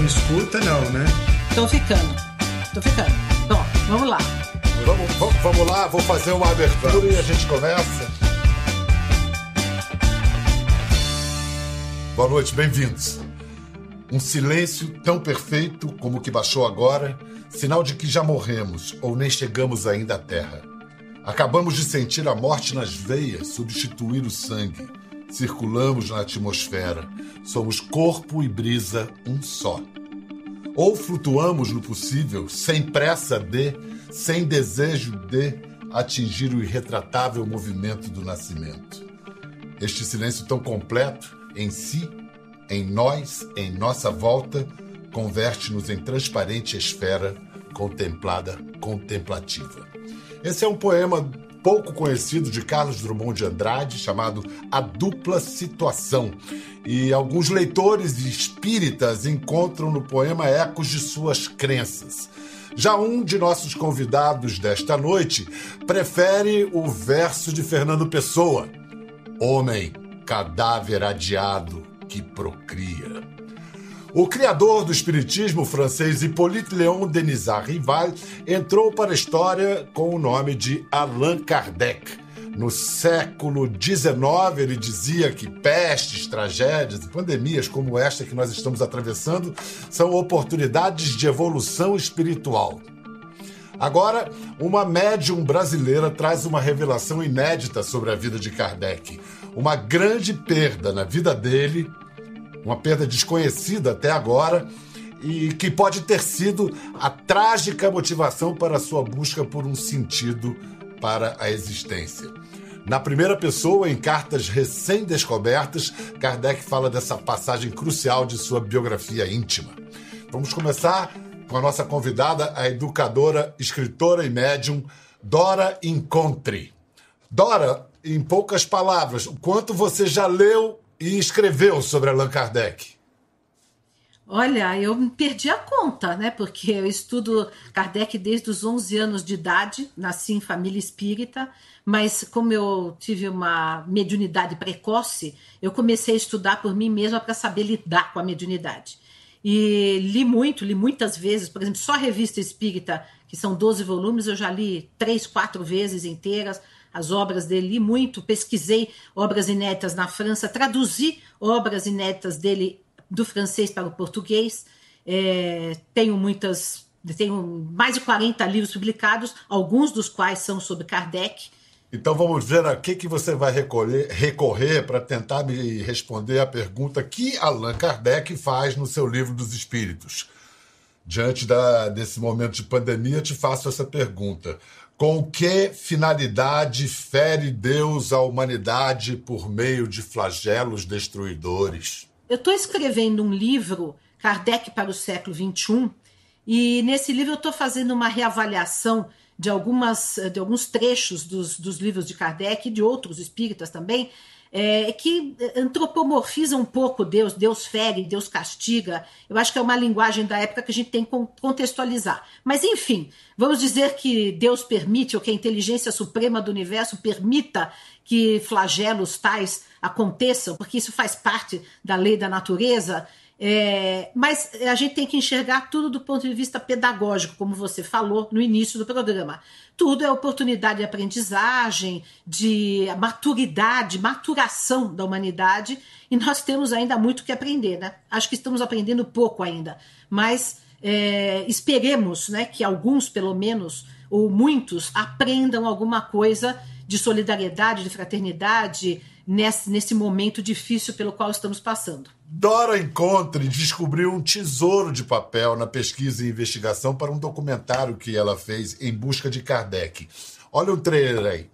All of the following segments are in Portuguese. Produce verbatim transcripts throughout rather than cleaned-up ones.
não escuta, não, né? Tô ficando. Tô ficando. Bom, vamos lá. Vamos, vamos, vamos lá, vou fazer uma abertura vamos. E a gente começa. Boa noite, bem-vindos. Um silêncio tão perfeito como o que baixou agora, sinal de que já morremos ou nem chegamos ainda à Terra. Acabamos de sentir a morte nas veias substituir o sangue. Circulamos na atmosfera. Somos corpo e brisa um só. Ou flutuamos no possível, sem pressa de, sem desejo de atingir o irretratável movimento do nascimento. Este silêncio tão completo, em si, em nós, em nossa volta, converte-nos em transparente esfera contemplada, contemplativa. Esse é um poema pouco conhecido de Carlos Drummond de Andrade, chamado A Dupla Situação. E alguns leitores espíritas encontram no poema ecos de suas crenças. Já um de nossos convidados desta noite prefere o verso de Fernando Pessoa. Homem, cadáver adiado que procria. O criador do espiritismo francês Hippolyte Léon Denisard Rival entrou para a história com o nome de Allan Kardec. No século dezenove, ele dizia que pestes, tragédias e pandemias como esta que nós estamos atravessando são oportunidades de evolução espiritual. Agora, uma médium brasileira traz uma revelação inédita sobre a vida de Kardec. Uma grande perda na vida dele, uma perda desconhecida até agora, e que pode ter sido a trágica motivação para a sua busca por um sentido para a existência. Na primeira pessoa, em cartas recém-descobertas, Kardec fala dessa passagem crucial de sua biografia íntima. Vamos começar com a nossa convidada, a educadora, escritora e médium, Dora Incontri. Dora, em poucas palavras, o quanto você já leu e escreveu sobre Allan Kardec? Olha, eu perdi a conta, né? Porque eu estudo Kardec desde os onze anos de idade, nasci em família espírita, mas como eu tive uma mediunidade precoce, eu comecei a estudar por mim mesma para saber lidar com a mediunidade. E li muito, li muitas vezes, por exemplo, só a Revista Espírita, que são doze volumes, eu já li três, quatro vezes inteiras, as obras dele, li muito, pesquisei obras inéditas na França, traduzi obras inéditas dele do francês para o português, é, tenho muitas, tenho mais de quarenta livros publicados, alguns dos quais são sobre Kardec. Então vamos ver a que, que você vai recolher, recorrer para tentar me responder a pergunta que Allan Kardec faz no seu Livro dos Espíritos. Diante da, desse momento de pandemia, te faço essa pergunta. Com que finalidade fere Deus a humanidade por meio de flagelos destruidores? Eu estou escrevendo um livro, Kardec para o século vinte e um, e nesse livro eu estou fazendo uma reavaliação de, algumas, de alguns trechos dos, dos livros de Kardec e de outros espíritas também, é, que antropomorfizam um pouco Deus, Deus fere, Deus castiga. Eu acho que é uma linguagem da época que a gente tem que contextualizar. Mas, enfim, vamos dizer que Deus permite, ou que a inteligência suprema do universo permita que flagelos tais aconteçam, porque isso faz parte da lei da natureza. É, mas a gente tem que enxergar tudo do ponto de vista pedagógico, como você falou no início do programa. Tudo é oportunidade de aprendizagem, de maturidade, maturação da humanidade, e nós temos ainda muito que aprender, né? Acho que estamos aprendendo pouco ainda, mas é, esperemos, né, que alguns, pelo menos, ou muitos, aprendam alguma coisa de solidariedade, de fraternidade, nesse, nesse momento difícil pelo qual estamos passando. Dora Incontri descobriu um tesouro de papel na pesquisa e investigação para um documentário que ela fez em busca de Kardec. Olha o trailer aí.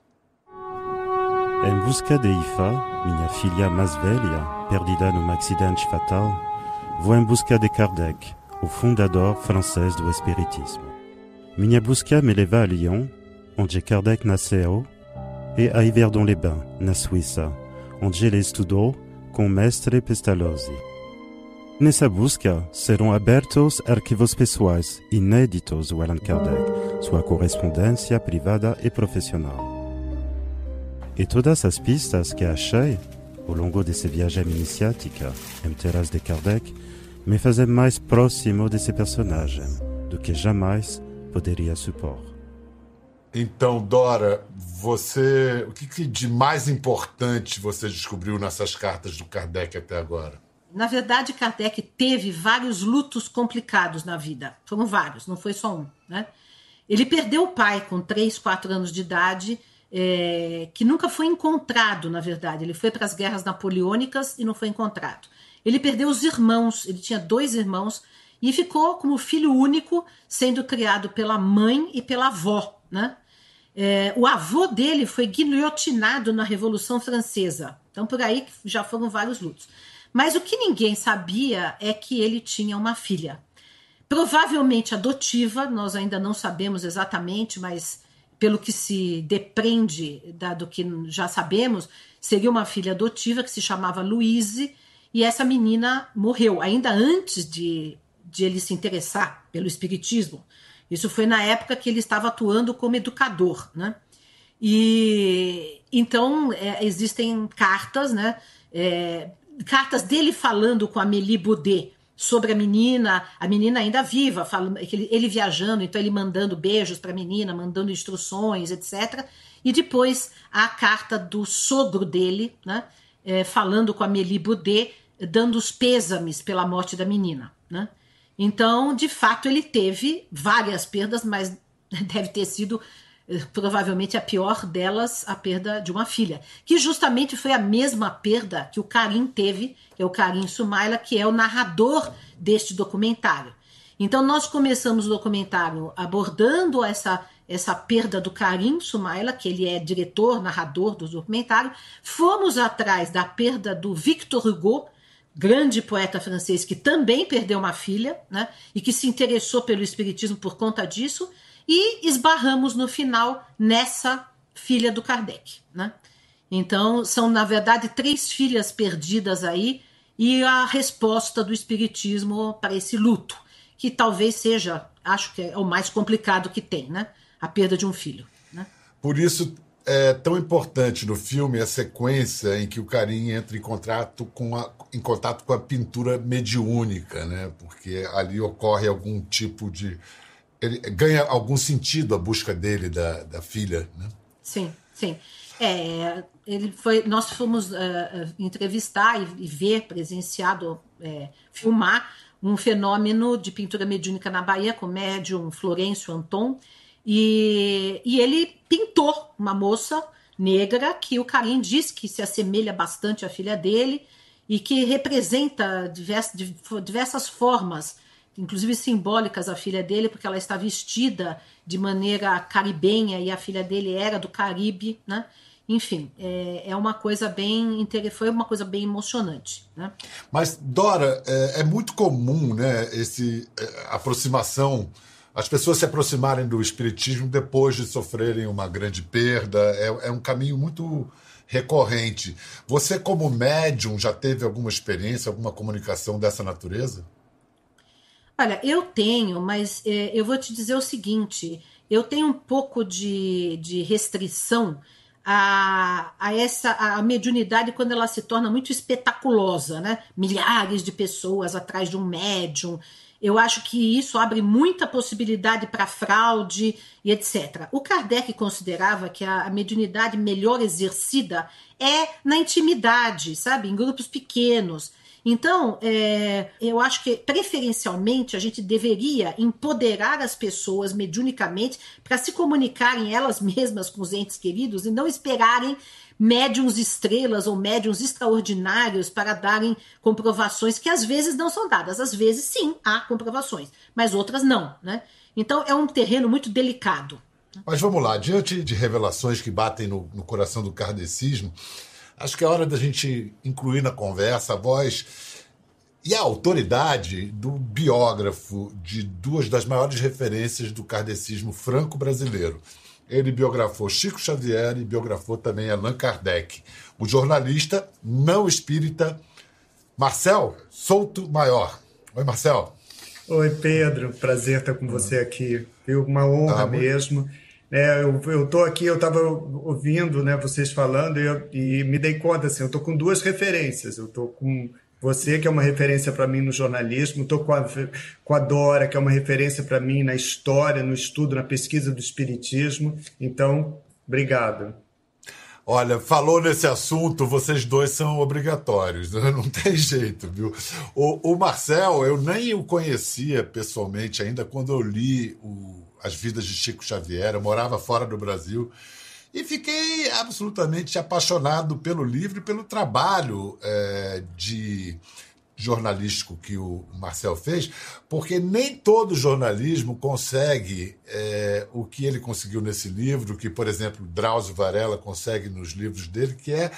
Em busca de Ifa, minha filha mais velha, perdida num acidente fatal, vou em busca de Kardec, o fundador francês do espiritismo. Minha busca me leva a Lyon, onde Kardec nasceu, e a Yverdon-les-Bains, na Suíça, onde ele estudou com o mestre Pestalozzi. Nessa busca serão abertos arquivos pessoais inéditos do Allan Kardec, sua correspondência privada e profissional. E todas as pistas que achei ao longo dessa viagem iniciática em terras de Kardec me fazem mais próximo desse personagem do que jamais poderia supor. Então, Dora, você, o que, que de mais importante você descobriu nessas cartas do Kardec até agora? Na verdade, Kardec teve vários lutos complicados na vida. Foram vários, não foi só um, né? Ele perdeu o pai com três, quatro anos de idade, é, que nunca foi encontrado, na verdade. Ele foi para as guerras napoleônicas e não foi encontrado. Ele perdeu os irmãos, ele tinha dois irmãos, e ficou como filho único, sendo criado pela mãe e pela avó, né? É, o avô dele foi guilhotinado na Revolução Francesa. Então, por aí já foram vários lutos. Mas o que ninguém sabia é que ele tinha uma filha. Provavelmente adotiva, nós ainda não sabemos exatamente, mas pelo que se depreende da, do que já sabemos, seria uma filha adotiva que se chamava Louise, e essa menina morreu, ainda antes de, de ele se interessar pelo espiritismo. Isso foi na época que ele estava atuando como educador, né? E então é, existem cartas, né? É, cartas dele falando com a Amélie Baudet sobre a menina, a menina ainda viva, falando, ele, ele viajando, então ele mandando beijos para a menina, mandando instruções, etcétera. E depois a carta do sogro dele, né? É, falando com a Amélie Baudet, dando os pêsames pela morte da menina, né? Então, de fato, ele teve várias perdas, mas deve ter sido provavelmente a pior delas, a perda de uma filha, que justamente foi a mesma perda que o Karim teve, que é o Karim Soumaila, que é o narrador deste documentário. Então, nós começamos o documentário abordando essa, essa perda do Karim Soumaila, que ele é diretor, narrador do documentário. Fomos atrás da perda do Victor Hugo, grande poeta francês que também perdeu uma filha, né, e que se interessou pelo espiritismo por conta disso, e esbarramos no final nessa filha do Kardec, né? Então são na verdade três filhas perdidas aí e a resposta do espiritismo para esse luto, que talvez seja, acho que é o mais complicado que tem, né? A perda de um filho, né? Por isso é tão importante no filme a sequência em que o Karim entra em contato com a, em contato com a pintura mediúnica, né? Porque ali ocorre algum tipo de... Ele ganha algum sentido a busca dele da, da filha, né? Sim, sim. É, ele foi, nós fomos uh, entrevistar e, e ver, presenciado, é, filmar um fenômeno de pintura mediúnica na Bahia com o médium Florencio Anton, e, e ele pintou uma moça negra que o Karim diz que se assemelha bastante à filha dele e que representa divers, diversas formas, inclusive simbólicas, a filha dele, porque ela está vestida de maneira caribenha e a filha dele era do Caribe, né? Enfim, é, é uma coisa bem foi uma coisa bem emocionante, né? Mas, Dora, é, é muito comum, né, esse é, aproximação, as pessoas se aproximarem do espiritismo depois de sofrerem uma grande perda, é, é um caminho muito recorrente. Você, como médium, já teve alguma experiência, alguma comunicação dessa natureza? Olha, eu tenho, mas é, eu vou te dizer o seguinte, eu tenho um pouco de, de restrição a, a essa a mediunidade quando ela se torna muito espetaculosa, né? Milhares de pessoas atrás de um médium. Eu acho que isso abre muita possibilidade para fraude e etcétera. O Kardec considerava que a, a mediunidade melhor exercida é na intimidade, sabe? Em grupos pequenos. Então, é, eu acho que preferencialmente a gente deveria empoderar as pessoas mediunicamente para se comunicarem elas mesmas com os entes queridos e não esperarem médiuns estrelas ou médiuns extraordinários para darem comprovações que às vezes não são dadas. Às vezes, sim, há comprovações, mas outras não, né? Então, é um terreno muito delicado. Mas vamos lá, diante de revelações que batem no, no coração do kardecismo, acho que é hora da gente incluir na conversa a voz e a autoridade do biógrafo de duas das maiores referências do kardecismo franco-brasileiro. Ele biografou Chico Xavier e biografou também Allan Kardec. O jornalista não espírita Marcel Souto Maior. Oi, Marcel. Oi, Pedro. Prazer estar com uhum. você aqui. Foi uma honra ah, mesmo. É, eu estou aqui, eu estava ouvindo, né, vocês falando e, eu, e me dei conta, assim, eu estou com duas referências. Eu estou com Você, que é uma referência para mim no jornalismo, estou com a, com a Dora, que é uma referência para mim na história, no estudo, na pesquisa do espiritismo. Então, obrigado. Olha, falou nesse assunto, vocês dois são obrigatórios, né? Não tem jeito, viu? O, o Marcel, eu nem o conhecia pessoalmente ainda quando eu li o, As Vidas de Chico Xavier. Eu morava fora do Brasil e fiquei absolutamente apaixonado pelo livro e pelo trabalho é, de jornalístico que o Marcel fez, porque nem todo jornalismo consegue é, o que ele conseguiu nesse livro, que, por exemplo, Drauzio Varela consegue nos livros dele, que é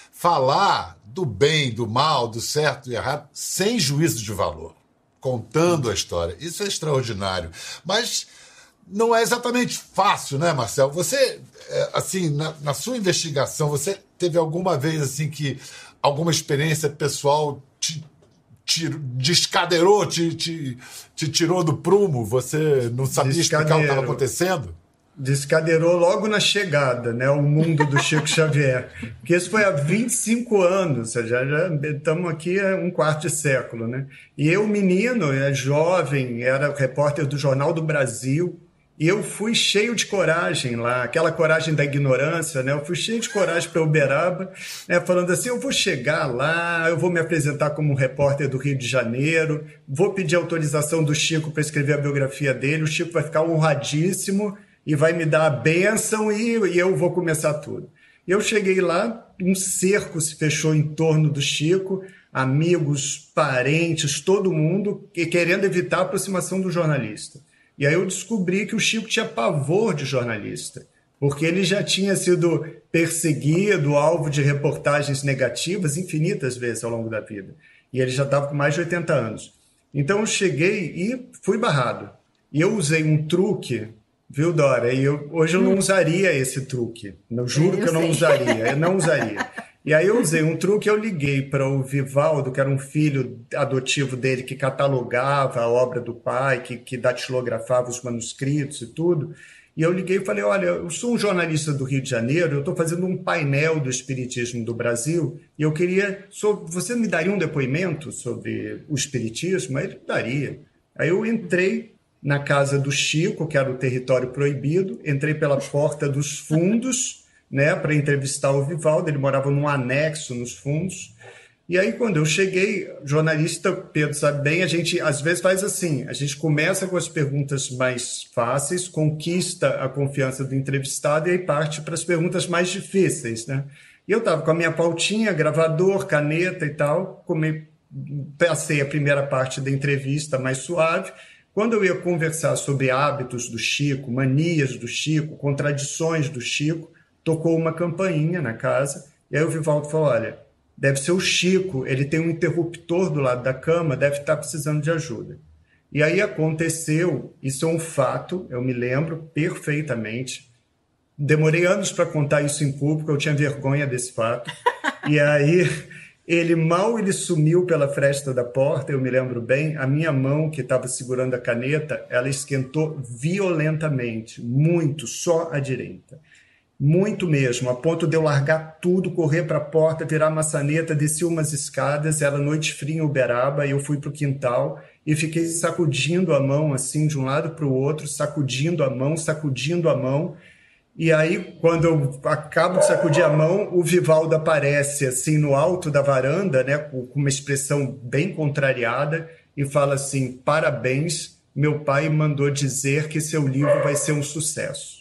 falar do bem, do mal, do certo e errado, sem juízo de valor, contando a história. Isso é extraordinário. Mas não é exatamente fácil, né, Marcel? Você, assim, na, na sua investigação, você teve alguma vez assim que alguma experiência pessoal te Te descadeirou, te, te, te tirou do prumo? Você não sabia explicar o que estava acontecendo? Descadeirou logo na chegada, né? O mundo do Chico Xavier. Porque isso foi há vinte e cinco anos, já, já estamos aqui há um quarto de século, né? E eu, menino, jovem, era repórter do Jornal do Brasil, e eu fui cheio de coragem lá, aquela coragem da ignorância, né? Eu fui cheio de coragem para Uberaba, né? Falando assim, eu vou chegar lá, eu vou me apresentar como um repórter do Rio de Janeiro, vou pedir autorização do Chico para escrever a biografia dele, o Chico vai ficar honradíssimo e vai me dar a bênção e, e eu vou começar tudo. Eu cheguei lá, um cerco se fechou em torno do Chico, amigos, parentes, todo mundo querendo evitar a aproximação do jornalista. E aí eu descobri que o Chico tinha pavor de jornalista, porque ele já tinha sido perseguido, alvo de reportagens negativas infinitas vezes ao longo da vida. E ele já estava com mais de oitenta anos. Então eu cheguei e fui barrado. E eu usei um truque, viu, Dora? E eu, hoje eu não usaria esse truque. Eu juro eu que eu não sei. usaria, eu não usaria. E aí eu usei um truque, eu liguei para o Vivaldo, que era um filho adotivo dele, que catalogava a obra do pai, que, que datilografava os manuscritos e tudo. E eu liguei e falei, olha, eu sou um jornalista do Rio de Janeiro, eu estou fazendo um painel do espiritismo do Brasil, e eu queria, você me daria um depoimento sobre o espiritismo? Aí ele daria. Aí eu entrei na casa do Chico, que era o território proibido, entrei pela porta dos fundos, né, para entrevistar o Vivaldo, ele morava num anexo nos fundos, e aí quando eu cheguei, jornalista, Pedro sabe bem, a gente às vezes faz assim, a gente começa com as perguntas mais fáceis, conquista a confiança do entrevistado e aí parte para as perguntas mais difíceis, né? E eu estava com a minha pautinha, gravador, caneta e tal, come... passei a primeira parte da entrevista mais suave. Quando eu ia conversar sobre hábitos do Chico, manias do Chico, contradições do Chico, tocou uma campainha na casa, e aí o Vivaldo falou, olha, deve ser o Chico, ele tem um interruptor do lado da cama, deve estar precisando de ajuda. E aí aconteceu, isso é um fato, eu me lembro perfeitamente, demorei anos para contar isso em público, eu tinha vergonha desse fato, e aí ele mal ele sumiu pela fresta da porta, eu me lembro bem, a minha mão que estava segurando a caneta, ela esquentou violentamente, muito, só à direita. Muito mesmo, a ponto de eu largar tudo, correr para a porta, virar a maçaneta, desci umas escadas, era noite fria em Uberaba, e eu fui para o quintal e fiquei sacudindo a mão, assim, de um lado para o outro, sacudindo a mão, sacudindo a mão, e aí, quando eu acabo de sacudir a mão, o Vivaldo aparece, assim, no alto da varanda, né, com uma expressão bem contrariada, e fala assim, parabéns, meu pai mandou dizer que seu livro vai ser um sucesso.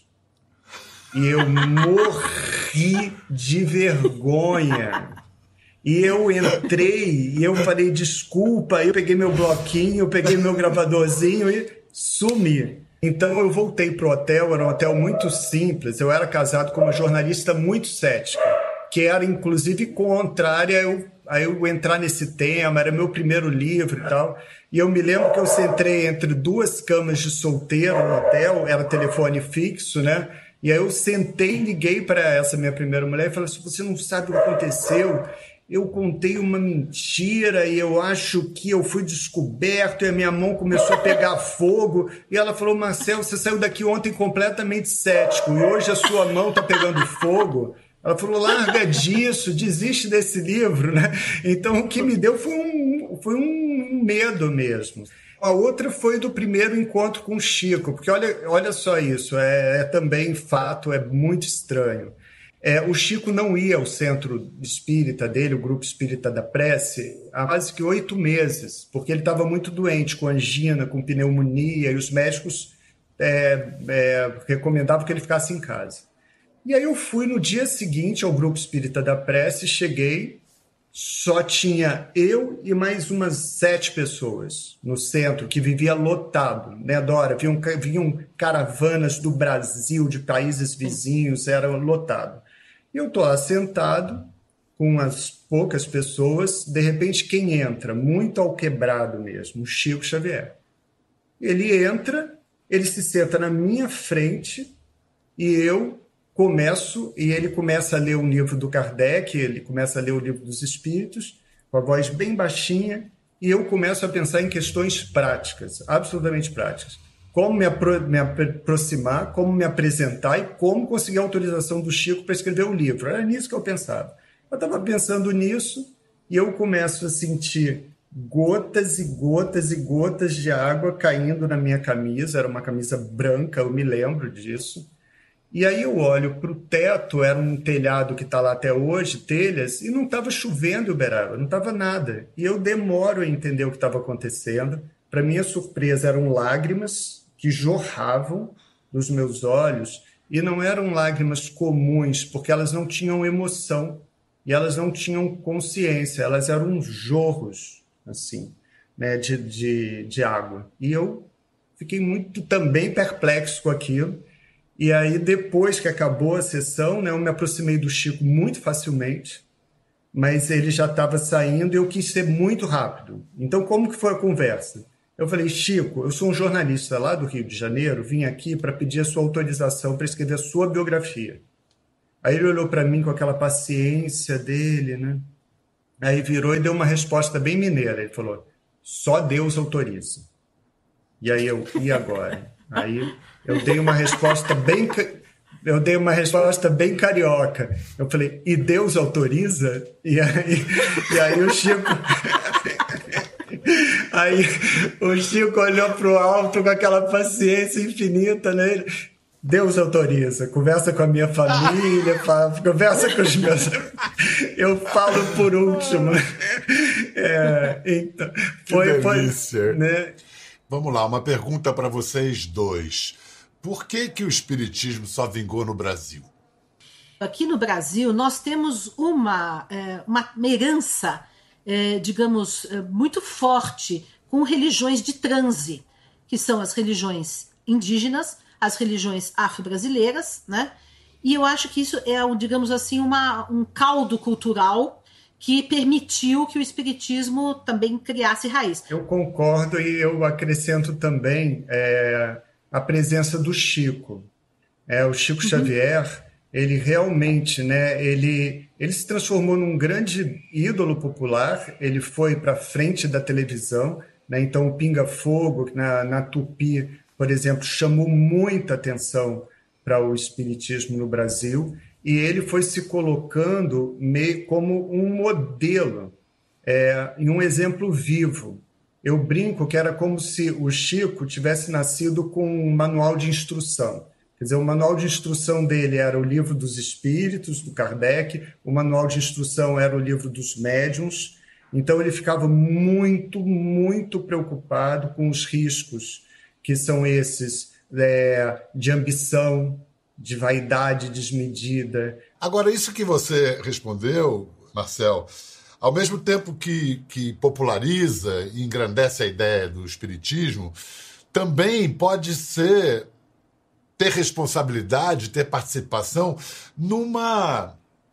E eu morri de vergonha. E eu entrei e eu falei, desculpa, eu peguei meu bloquinho, eu peguei meu gravadorzinho e sumi. Então eu voltei pro hotel, era um hotel muito simples, eu era casado com uma jornalista muito cética, que era inclusive contrária a eu, a eu entrar nesse tema, era meu primeiro livro e tal. E eu me lembro que eu sentei entre duas camas de solteiro no hotel, era telefone fixo, né? E aí eu sentei e liguei para essa minha primeira mulher e falei assim, você não sabe o que aconteceu? Eu contei uma mentira e eu acho que eu fui descoberto e a minha mão começou a pegar fogo. E ela falou, Marcel, você saiu daqui ontem completamente cético e hoje a sua mão está pegando fogo. Ela falou, larga disso, desiste desse livro, né? Então, o que me deu foi um, foi um medo mesmo. A outra foi do primeiro encontro com o Chico, porque olha, olha só isso, é, é também fato, é muito estranho. É, o Chico não ia ao centro espírita dele, o grupo espírita da prece, há quase que oito meses, porque ele estava muito doente, com angina, com pneumonia, e os médicos é, é, recomendavam que ele ficasse em casa. E aí eu fui no dia seguinte ao grupo espírita da prece, cheguei, só tinha eu e mais umas sete pessoas no centro, que vivia lotado, né, Dora? Vinham, vinham caravanas do Brasil, de países vizinhos, era lotado. E eu estou lá sentado, com umas poucas pessoas, de repente quem entra, muito ao quebrado mesmo, o Chico Xavier. Ele entra, ele se senta na minha frente e eu começo, e ele começa a ler um livro do Kardec, ele começa a ler o livro dos Espíritos, com a voz bem baixinha, e eu começo a pensar em questões práticas, absolutamente práticas. Como me, apro- me aproximar, como me apresentar e como conseguir a autorização do Chico para escrever o livro. Era nisso que eu pensava. Eu estava pensando nisso e eu começo a sentir gotas e gotas e gotas de água caindo na minha camisa. Era uma camisa branca, eu me lembro disso. E aí eu olho para o teto, era um telhado que está lá até hoje, telhas, e não estava chovendo em Uberaba, não estava nada. E eu demoro a entender o que estava acontecendo. Para minha surpresa, eram lágrimas que jorravam dos meus olhos, e não eram lágrimas comuns, porque elas não tinham emoção, e elas não tinham consciência, elas eram jorros, assim, né, de, de, de água. E eu fiquei muito também perplexo com aquilo. E aí, depois que acabou a sessão, né, eu me aproximei do Chico muito facilmente, mas ele já estava saindo e eu quis ser muito rápido. Então, como que foi a conversa? Eu falei, Chico, eu sou um jornalista lá do Rio de Janeiro, vim aqui para pedir a sua autorização para escrever a sua biografia. Aí ele olhou para mim com aquela paciência dele, né? Aí virou e deu uma resposta bem mineira. Ele falou, só Deus autoriza. E aí eu, e agora? Aí eu dei uma resposta bem... Eu dei uma resposta bem carioca. Eu falei, e Deus autoriza? E aí, e aí o Chico... Aí o Chico olhou para o alto com aquela paciência infinita, né? Ele, Deus autoriza, conversa com a minha família, fala, conversa com os meus... Eu falo por último. É, então, foi, que delícia. Foi, né? Vamos lá, uma pergunta para vocês dois. Por que que o Espiritismo só vingou no Brasil? Aqui no Brasil, nós temos uma, uma herança, digamos, muito forte com religiões de transe, que são as religiões indígenas, as religiões afro-brasileiras, né? E eu acho que isso é, digamos assim, uma, um caldo cultural que permitiu que o espiritismo também criasse raiz. Eu concordo e eu acrescento também é, a presença do Chico. É, o Chico uhum. Xavier, ele realmente, né, ele, ele se transformou num grande ídolo popular, ele foi para frente da televisão, né, então o Pinga Fogo, na, na Tupi, por exemplo, chamou muita atenção para o espiritismo no Brasil, e ele foi se colocando meio como um modelo, é, e um exemplo vivo. Eu brinco que era como se o Chico tivesse nascido com um manual de instrução. Quer dizer, o manual de instrução dele era o Livro dos Espíritos, do Kardec, o manual de instrução era o Livro dos Médiuns, então ele ficava muito, muito preocupado com os riscos, que são esses é, de ambição, de vaidade desmedida. Agora, isso que você respondeu, Marcel, ao mesmo tempo que, que populariza e engrandece a ideia do espiritismo, também pode ser ter responsabilidade, ter participação numa,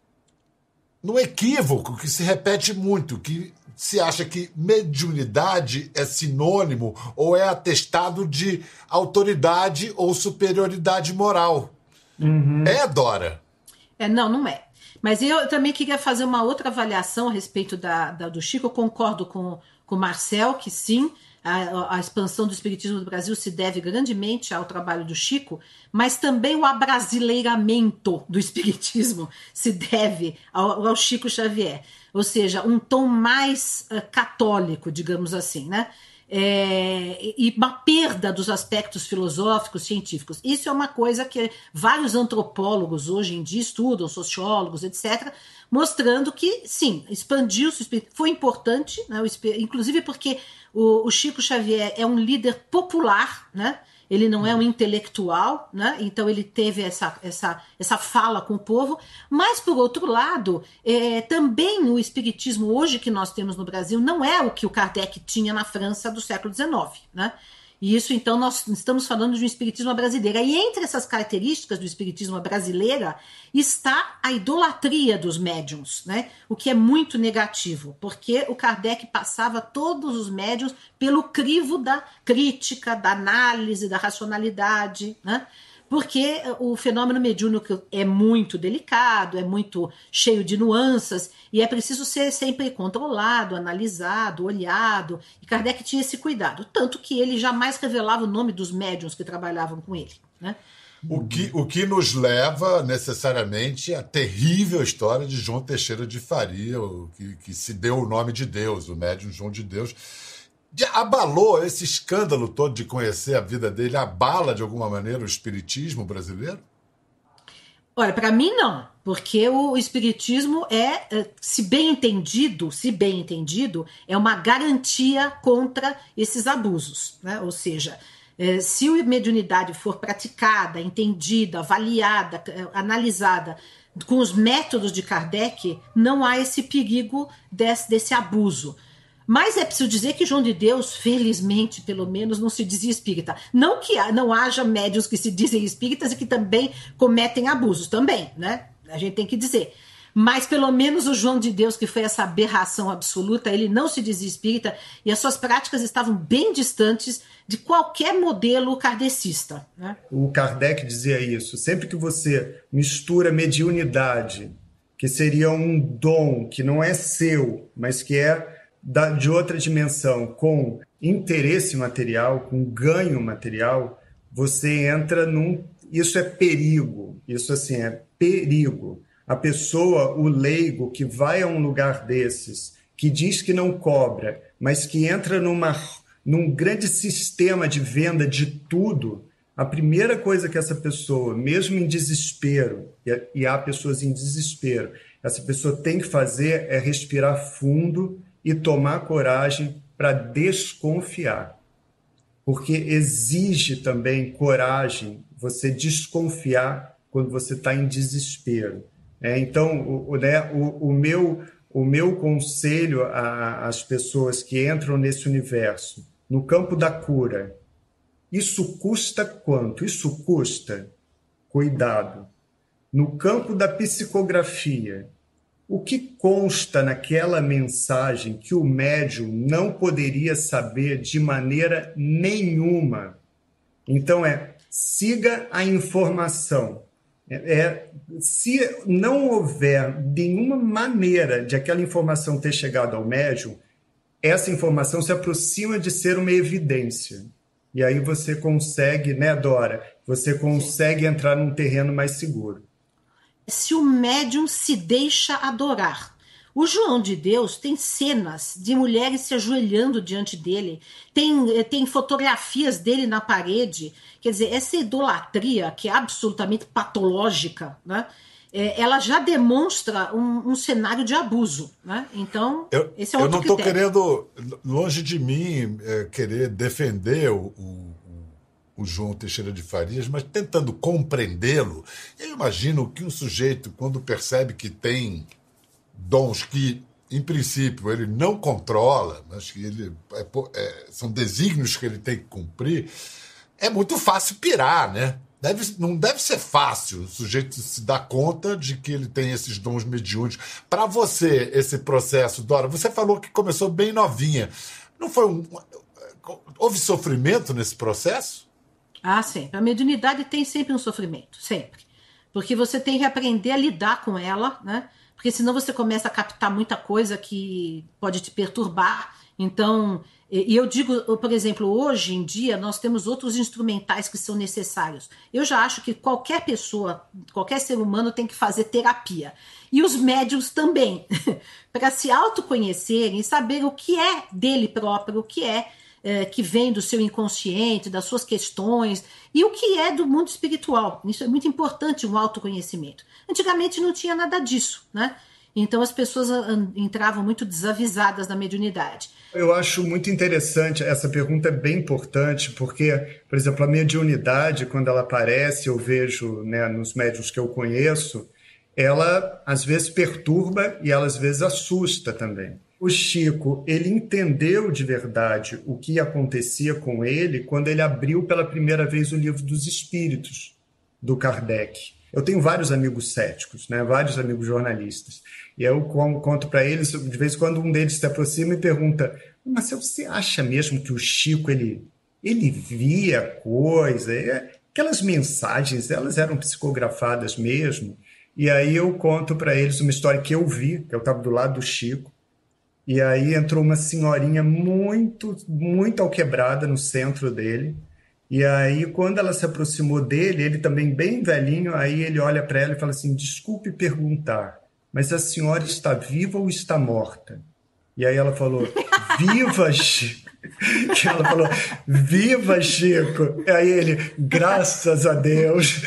num equívoco que se repete muito, que se acha que mediunidade é sinônimo ou é atestado de autoridade ou superioridade moral. Uhum. É, Dora? É, não, não é. Mas eu também queria fazer uma outra avaliação a respeito da, da, do Chico. Eu concordo com, com o Marcel, que sim, a, a expansão do espiritismo no Brasil se deve grandemente ao trabalho do Chico, mas também o abrasileiramento do espiritismo se deve ao, ao Chico Xavier. Ou seja, um tom mais uh, católico, digamos assim, né? É, e uma perda dos aspectos filosóficos, científicos. Isso é uma coisa que vários antropólogos hoje em dia estudam, sociólogos, etcétera, mostrando que, sim, expandiu-se, foi importante, né, inclusive porque o, o Chico Xavier é um líder popular, né? Ele não é um intelectual, né? Então ele teve essa, essa, essa fala com o povo, mas, por outro lado, é, também o espiritismo hoje que nós temos no Brasil não é o que o Kardec tinha na França do século dezenove, né? E isso, então, nós estamos falando de um espiritismo brasileiro. E entre essas características do espiritismo brasileiro está a idolatria dos médiuns, né? O que é muito negativo, porque o Kardec passava todos os médiuns pelo crivo da crítica, da análise, da racionalidade, né? Porque o fenômeno mediúnico é muito delicado, é muito cheio de nuances, e é preciso ser sempre controlado, analisado, olhado, e Kardec tinha esse cuidado, tanto que ele jamais revelava o nome dos médiuns que trabalhavam com ele, né? O que, o que nos leva necessariamente à terrível história de João Teixeira de Faria, o que, que se deu o nome de Deus, o médium João de Deus. Abalou esse escândalo todo de conhecer a vida dele, abala de alguma maneira o espiritismo brasileiro? Olha, para mim não, porque o espiritismo é, se bem entendido, se bem entendido, é uma garantia contra esses abusos, né? Ou seja, se a mediunidade for praticada, entendida, avaliada, analisada com os métodos de Kardec, não há esse perigo desse, desse abuso. Mas é preciso dizer que João de Deus, felizmente, pelo menos, não se dizia espírita. Não que não haja médiuns que se dizem espíritas e que também cometem abusos, também, né? A gente tem que dizer. Mas pelo menos o João de Deus, que foi essa aberração absoluta, ele não se dizia espírita e as suas práticas estavam bem distantes de qualquer modelo kardecista, né? O Kardec dizia isso. Sempre que você mistura mediunidade, que seria um dom que não é seu, mas que é de outra dimensão, com interesse material, com ganho material, você entra num... Isso é perigo, isso assim é perigo. A pessoa, o leigo, que vai a um lugar desses, que diz que não cobra, mas que entra numa, num grande sistema de venda de tudo, a primeira coisa que essa pessoa, mesmo em desespero, e há pessoas em desespero, essa pessoa tem que fazer é respirar fundo e tomar coragem para desconfiar. Porque exige também coragem você desconfiar quando você está em desespero. É, então, o, o, né, o, o, meu, o meu conselho às pessoas que entram nesse universo, no campo da cura, isso custa quanto? Isso custa cuidado. No campo da psicografia, o que consta naquela mensagem que o médium não poderia saber de maneira nenhuma? Então, é siga a informação. É, é, se não houver nenhuma maneira de aquela informação ter chegado ao médium, essa informação se aproxima de ser uma evidência. E aí você consegue, né, Dora? Você consegue entrar num terreno mais seguro. Se o médium se deixa adorar. O João de Deus tem cenas de mulheres se ajoelhando diante dele, tem, tem fotografias dele na parede. Quer dizer, essa idolatria, que é absolutamente patológica, né, é, ela já demonstra um, um cenário de abuso, né? Então, eu, esse é outro Eu não estou critério. querendo, longe de mim, é, querer defender o, o o João Teixeira de Farias, mas tentando compreendê-lo. Eu imagino que um sujeito, quando percebe que tem dons que, em princípio, ele não controla, mas que ele, é, é, são desígnios que ele tem que cumprir, é muito fácil pirar, né? Deve, não deve ser fácil o sujeito se dar conta de que ele tem esses dons mediúnicos. Para você, esse processo, Dora, você falou que começou bem novinha. Não foi um... Houve sofrimento nesse processo? Ah, sempre. A mediunidade tem sempre um sofrimento, sempre. Porque você tem que aprender a lidar com ela, né? porque senão você começa a captar muita coisa que pode te perturbar. Então, e eu digo, por exemplo, hoje em dia nós temos outros instrumentais que são necessários. Eu já acho que qualquer pessoa, qualquer ser humano tem que fazer terapia. E os médiuns também, para se autoconhecerem e saber o que é dele próprio, o que é, é que vem do seu inconsciente, das suas questões, e o que é do mundo espiritual. Isso é muito importante, um autoconhecimento. Antigamente não tinha nada disso, né? Então as pessoas entravam muito desavisadas na mediunidade. Eu acho muito interessante, essa pergunta é bem importante, porque, por exemplo, a mediunidade, quando ela aparece, eu vejo, né, nos médiuns que eu conheço, ela às vezes perturba e ela às vezes assusta também. O Chico, ele entendeu de verdade o que acontecia com ele quando ele abriu pela primeira vez o Livro dos Espíritos, do Kardec. Eu tenho vários amigos céticos, né? Vários amigos jornalistas. E eu conto para eles, de vez em quando um deles se aproxima e pergunta, mas você acha mesmo que o Chico, ele, ele via coisa? Aquelas mensagens, elas eram psicografadas mesmo? E aí eu conto para eles uma história que eu vi, que eu estava do lado do Chico, e aí entrou uma senhorinha muito, muito alquebrada no centro dele. E aí, quando ela se aproximou dele, ele também bem velhinho, aí ele olha para ela e fala assim, desculpe perguntar, mas a senhora está viva ou está morta? E aí ela falou, viva, Chico. E ela falou, viva, Chico. E aí ele, graças a Deus.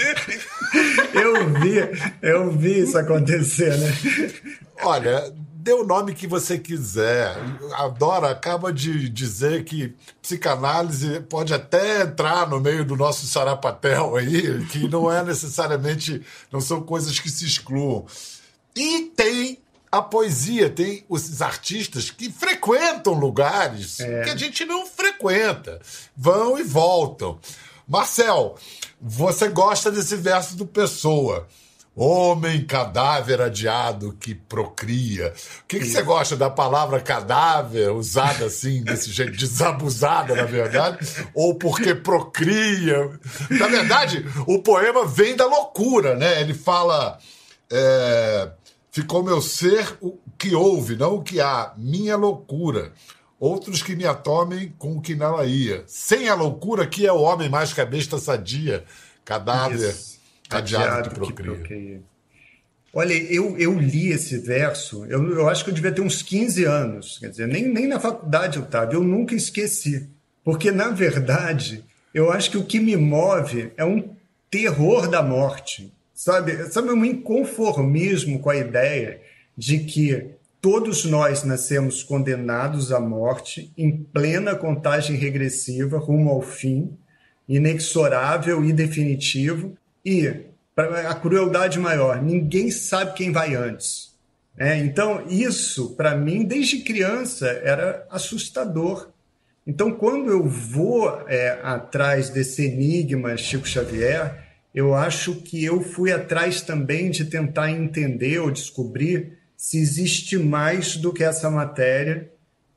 Eu vi, eu vi isso acontecer, né? Olha, dê o nome que você quiser. A Dora acaba de dizer que psicanálise pode até entrar no meio do nosso sarapatel aí, que não é necessariamente, não são coisas que se excluam. E tem a poesia, tem os artistas que frequentam lugares é. que a gente não frequenta, vão e voltam. Marcel, você gosta desse verso do Pessoa? Homem cadáver adiado que procria. O que, que você gosta da palavra cadáver, usada assim, desse jeito, desabusada, na verdade? Ou porque procria? Na verdade, o poema vem da loucura, né? Ele fala... É, ficou meu ser o que houve, não o que há, minha loucura. Outros que me atomem com o que nela ia. Sem a loucura, que é o homem mais que a besta sadia. Cadáver... Isso. Adiado que procria. que procria. Olha, eu, eu li esse verso, eu, eu acho que eu devia ter uns quinze anos, quer dizer, nem, nem na faculdade eu estava, eu nunca esqueci. Porque, na verdade, eu acho que o que me move é um terror da morte, sabe? Sabe, um inconformismo com a ideia de que todos nós nascemos condenados à morte, em plena contagem regressiva, rumo ao fim, inexorável e definitivo. E a crueldade maior, ninguém sabe quem vai antes. É, então, isso, para mim, desde criança, era assustador. Então, quando eu vou é, atrás desse enigma Chico Xavier, eu acho que eu fui atrás também de tentar entender ou descobrir se existe mais do que essa matéria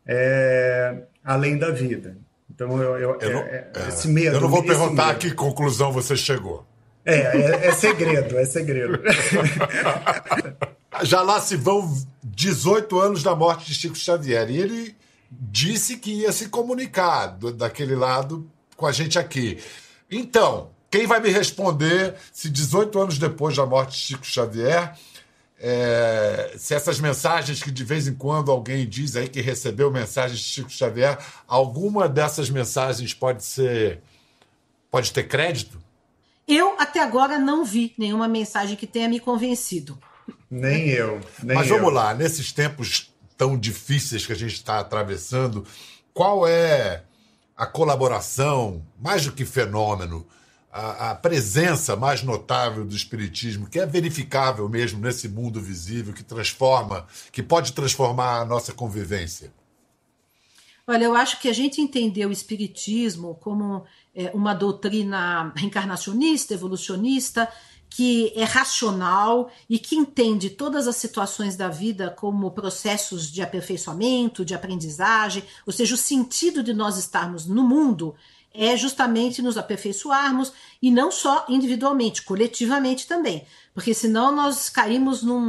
é, além da vida. Então, eu, eu, eu não, é, é, esse medo... Eu não vou perguntar medo. a que conclusão você chegou. É, é, é segredo, é segredo. Já lá se vão dezoito anos da morte de Chico Xavier. E ele disse que ia se comunicar do, daquele lado com a gente aqui. Então, quem vai me responder se dezoito anos depois da morte de Chico Xavier, é, se essas mensagens que de vez em quando alguém diz aí que recebeu mensagens de Chico Xavier, alguma dessas mensagens pode ser, pode ter crédito? Eu, até agora, não vi nenhuma mensagem que tenha me convencido. Nem eu. Nem Mas vamos eu. lá, nesses tempos tão difíceis que a gente está atravessando, qual é a colaboração, mais do que fenômeno, a, a presença mais notável do espiritismo, que é verificável mesmo nesse mundo visível, que transforma, que pode transformar a nossa convivência? Olha, eu acho que a gente entendeu o espiritismo como é, uma doutrina reencarnacionista, evolucionista, que é racional e que entende todas as situações da vida como processos de aperfeiçoamento, de aprendizagem, ou seja, o sentido de nós estarmos no mundo é justamente nos aperfeiçoarmos, e não só individualmente, coletivamente também, porque senão nós caímos num,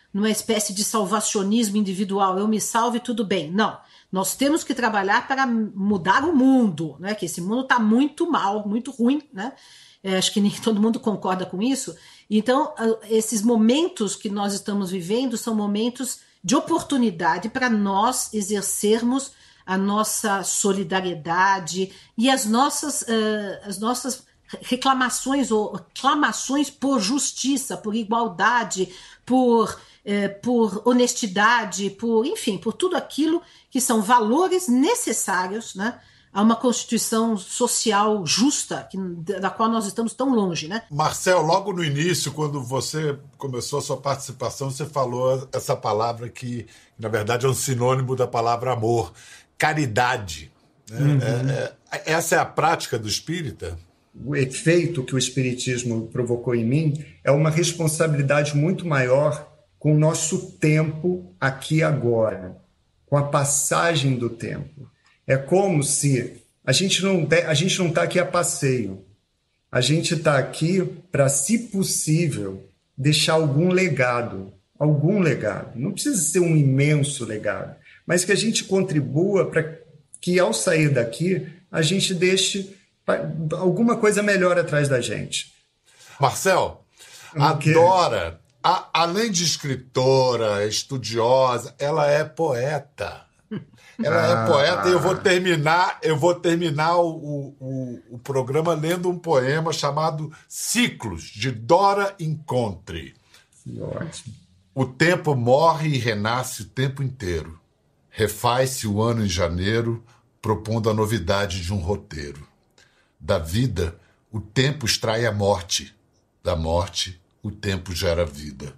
numa espécie de salvacionismo individual, eu me salvo e tudo bem. Não, nós temos que trabalhar para mudar o mundo, né? Que esse mundo está muito mal, muito ruim, né? É, acho que nem todo mundo concorda com isso. Então, esses momentos que nós estamos vivendo são momentos de oportunidade para nós exercermos a nossa solidariedade e as nossas, uh, as nossas reclamações ou clamações por justiça, por igualdade, por, uh, por honestidade, por, enfim, por tudo aquilo que são valores necessários, né, a uma Constituição social justa, que, da qual nós estamos tão longe, né? Marcel, logo no início, quando você começou a sua participação, você falou essa palavra que, na verdade, é um sinônimo da palavra amor, caridade. Né? Uhum. É, é, essa é a prática do espírita? O efeito que o espiritismo provocou em mim é uma responsabilidade muito maior com o nosso tempo aqui e agora, com a passagem do tempo. É como se a gente não a gente não está aqui a passeio. A gente está aqui para, se possível, deixar algum legado. Algum legado. Não precisa ser um imenso legado, mas que a gente contribua para que, ao sair daqui, a gente deixe alguma coisa melhor atrás da gente. Marcel, a Dora, a, além de escritora, estudiosa, ela é poeta. Ela ah, é poeta e eu vou terminar, eu vou terminar o, o, o programa lendo um poema chamado Ciclos, de Dora Encontre. Que ótimo. O tempo morre e renasce o tempo inteiro. Refaz-se o ano em janeiro, propondo a novidade de um roteiro. Da vida, o tempo extrai a morte. Da morte, o tempo gera vida.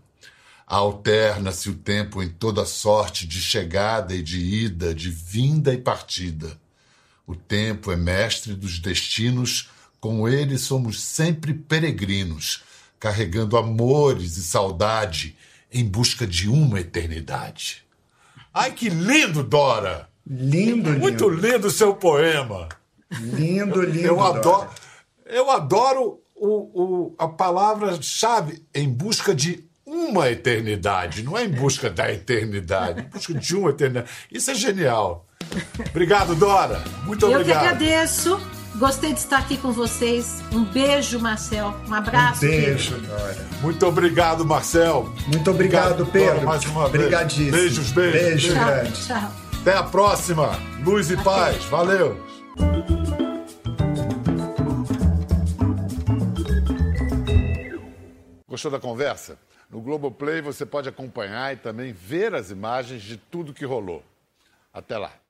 Alterna-se o tempo em toda sorte de chegada e de ida, de vinda e partida. O tempo é mestre dos destinos, com ele somos sempre peregrinos, carregando amores e saudade em busca de uma eternidade. Ai, que lindo, Dora! Lindo, lindo. Muito lindo o seu poema. Lindo, lindo, Eu adoro, Dora. eu adoro o, o, a palavra-chave, em busca de uma eternidade, não é em busca da eternidade, em busca de uma eternidade. Isso é genial. Obrigado, Dora. Muito Eu obrigado. Eu que agradeço. Gostei de estar aqui com vocês. Um beijo, Marcel. Um abraço. Um beijo, Pedro. Dora. Muito obrigado, Marcel. Muito obrigado, obrigado Pedro. Dora, mais uma Obrigadíssimo. vez. Beijos, beijos. Beijo tchau, grande. Tchau. Até a próxima. Luz e Até. paz. Valeu. Gostou da conversa? No Globoplay você pode acompanhar e também ver as imagens de tudo que rolou. Até lá.